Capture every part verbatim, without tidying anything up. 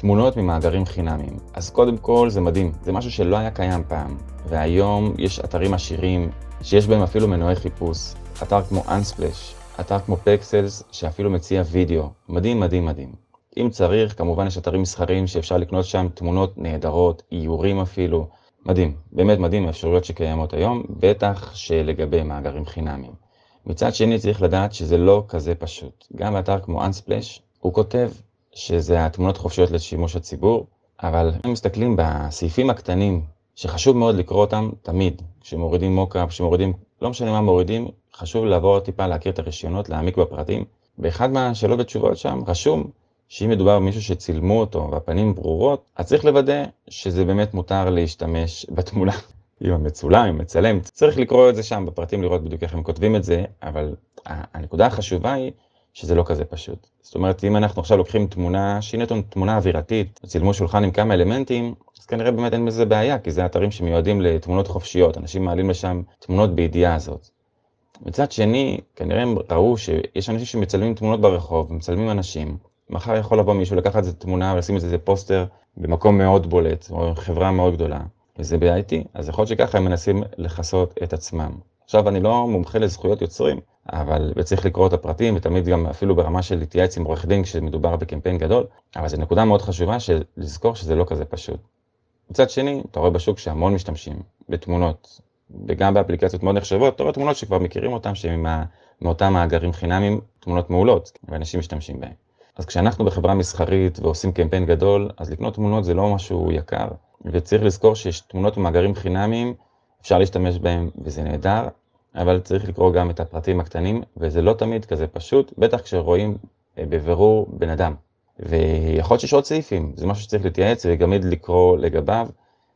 תמונות ממאגרים חינמיים. אז קודם כל זה מדהים, זה משהו שלא היה קיים פעם. והיום יש אתרים עשירים שיש בהם אפילו מנועי חיפוש. אתר כמו Unsplash, אתר כמו Pexels שאפילו מציע וידאו. מדהים, מדהים, מדהים. אם צריך, כמובן יש אתרים מסחריים שאפשר לקנות שם תמונות נהדרות, איורים אפילו. מדהים, באמת מדהים האפשרויות שקיימות היום, בטח שלגבי מאגרים חינמיים. מצד שני צריך לדעת שזה לא כזה פשוט. גם באתר כמו Unsplash הוא כותב שזה התמונות חופשיות לשימוש הציבור, אבל אם מסתכלים בסעיפים הקטנים שחשוב מאוד לקרוא אותם תמיד, כשמורידים מוקאפ, כשמורידים, לא משנה מה מורידים, חשוב לעבור טיפה להכיר את הרישיונות, להעמיק בפרטים. באחד מהשאלות ותשובות שם רשום שאם מדובר במישהו שצילמו אותו והפנים ברורות, אז צריך לוודא שזה באמת מותר להשתמש בתמונה. אם המצולם, אם מצלם, צריך לקרוא את זה שם בפרטים, לראות בדיוק איך הם כותבים את זה, אבל הנקודה החשובה היא שזה לא כזה פשוט. זאת אומרת, אם אנחנו עכשיו לוקחים תמונה, שהיא תמונה אווירתית, צילמו שולחן עם כמה אלמנטים, אז כנראה באמת אין בזה בעיה, כי זה אתרים שמיועדים לתמונות חופשיות, אנשים מעלים לשם תמונות בידיעה הזאת. מצד שני, כנראה הם ראו שיש אנשים שמצלמים תמונות ברחוב, מצלמים אנשים, מחר יכול לבוא מישהו לקחת את תמונה ולשים את זה פוסטר במקום מאוד בולט, או חברה מאוד גדולה, וזה בעייתי, אז יכול להיות שככה הם מנסים לחסות את עצמם. עכשיו אני לא מומחה לזכויות יוצרים, אבל צריך לקרוא את הפרטים, ותמיד גם אפילו ברמה של להתייעץ עם עורך דין כשמדובר בקמפיין גדול, אבל זו נקודה מאוד חשובה של לזכור שזה לא כזה פשוט. מצד שני, אתה רואה בשוק שהמון משתמשים בתמונות, וגם באפליקציות מאוד נחשבות, אתה רואה תמונות שכבר מכירים אותם, שהן מאותם מאגרים חינמיים, תמונות מעולות, ואנשים משתמשים בהן. אז כשאנחנו בחברה מסחרית ועושים קמפיין גדול, אז לקנות תמונות זה לא משהו יקר, וצריך לזכור שיש תמונות ומאגרים חינמיים, אפשר להשתמש בהם וזה נהדר, אבל צריך לקרוא גם את הפרטים הקטנים, וזה לא תמיד כזה פשוט, בטח כשרואים בבירור בן אדם. ויכול להיות שיש עוד סעיפים, זה משהו שצריך להתייעץ וגמיד לקרוא לגביו,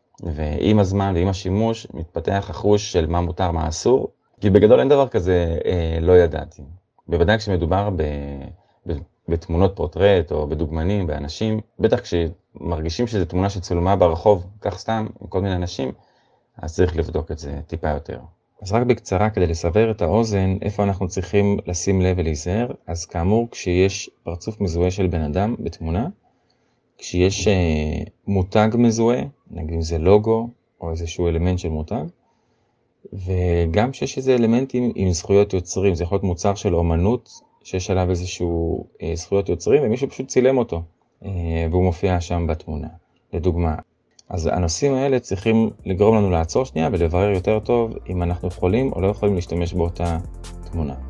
ועם הזמן ועם השימוש מתפתח החוש של מה מותר, מה אסור, כי בגדול אין דבר כזה אה, לא ידעתי. בוודאי כשמדובר ב... ב... בתמונות פורטרט או בדוגמנים, באנשים, בטח כשמרגישים שזו תמונה שצולמה ברחוב, כך סתם, עם כל מיני אנשים, אז צריך לבדוק את זה טיפה יותר. אז רק בקצרה כדי לסבר את האוזן, איפה אנחנו צריכים לשים לב ולהיזהר, אז כאמור כשיש פרצוף מזוהה של בן אדם בתמונה, כשיש אה, מותג מזוהה, נגיד אם זה לוגו או איזשהו אלמנט של מותג, וגם כשיש איזה אלמנטים עם זכויות יוצרים, זה יכול להיות מוצר של אומנות, שיש עליו איזשהו אה, זכויות יוצרים, ומישהו פשוט צילם אותו, אה, והוא מופיע שם בתמונה, לדוגמה. אז הנושאים האלה צריכים לגרום לנו לעצור שנייה ולברר יותר טוב אם אנחנו יכולים או לא יכולים להשתמש באותה תמונה.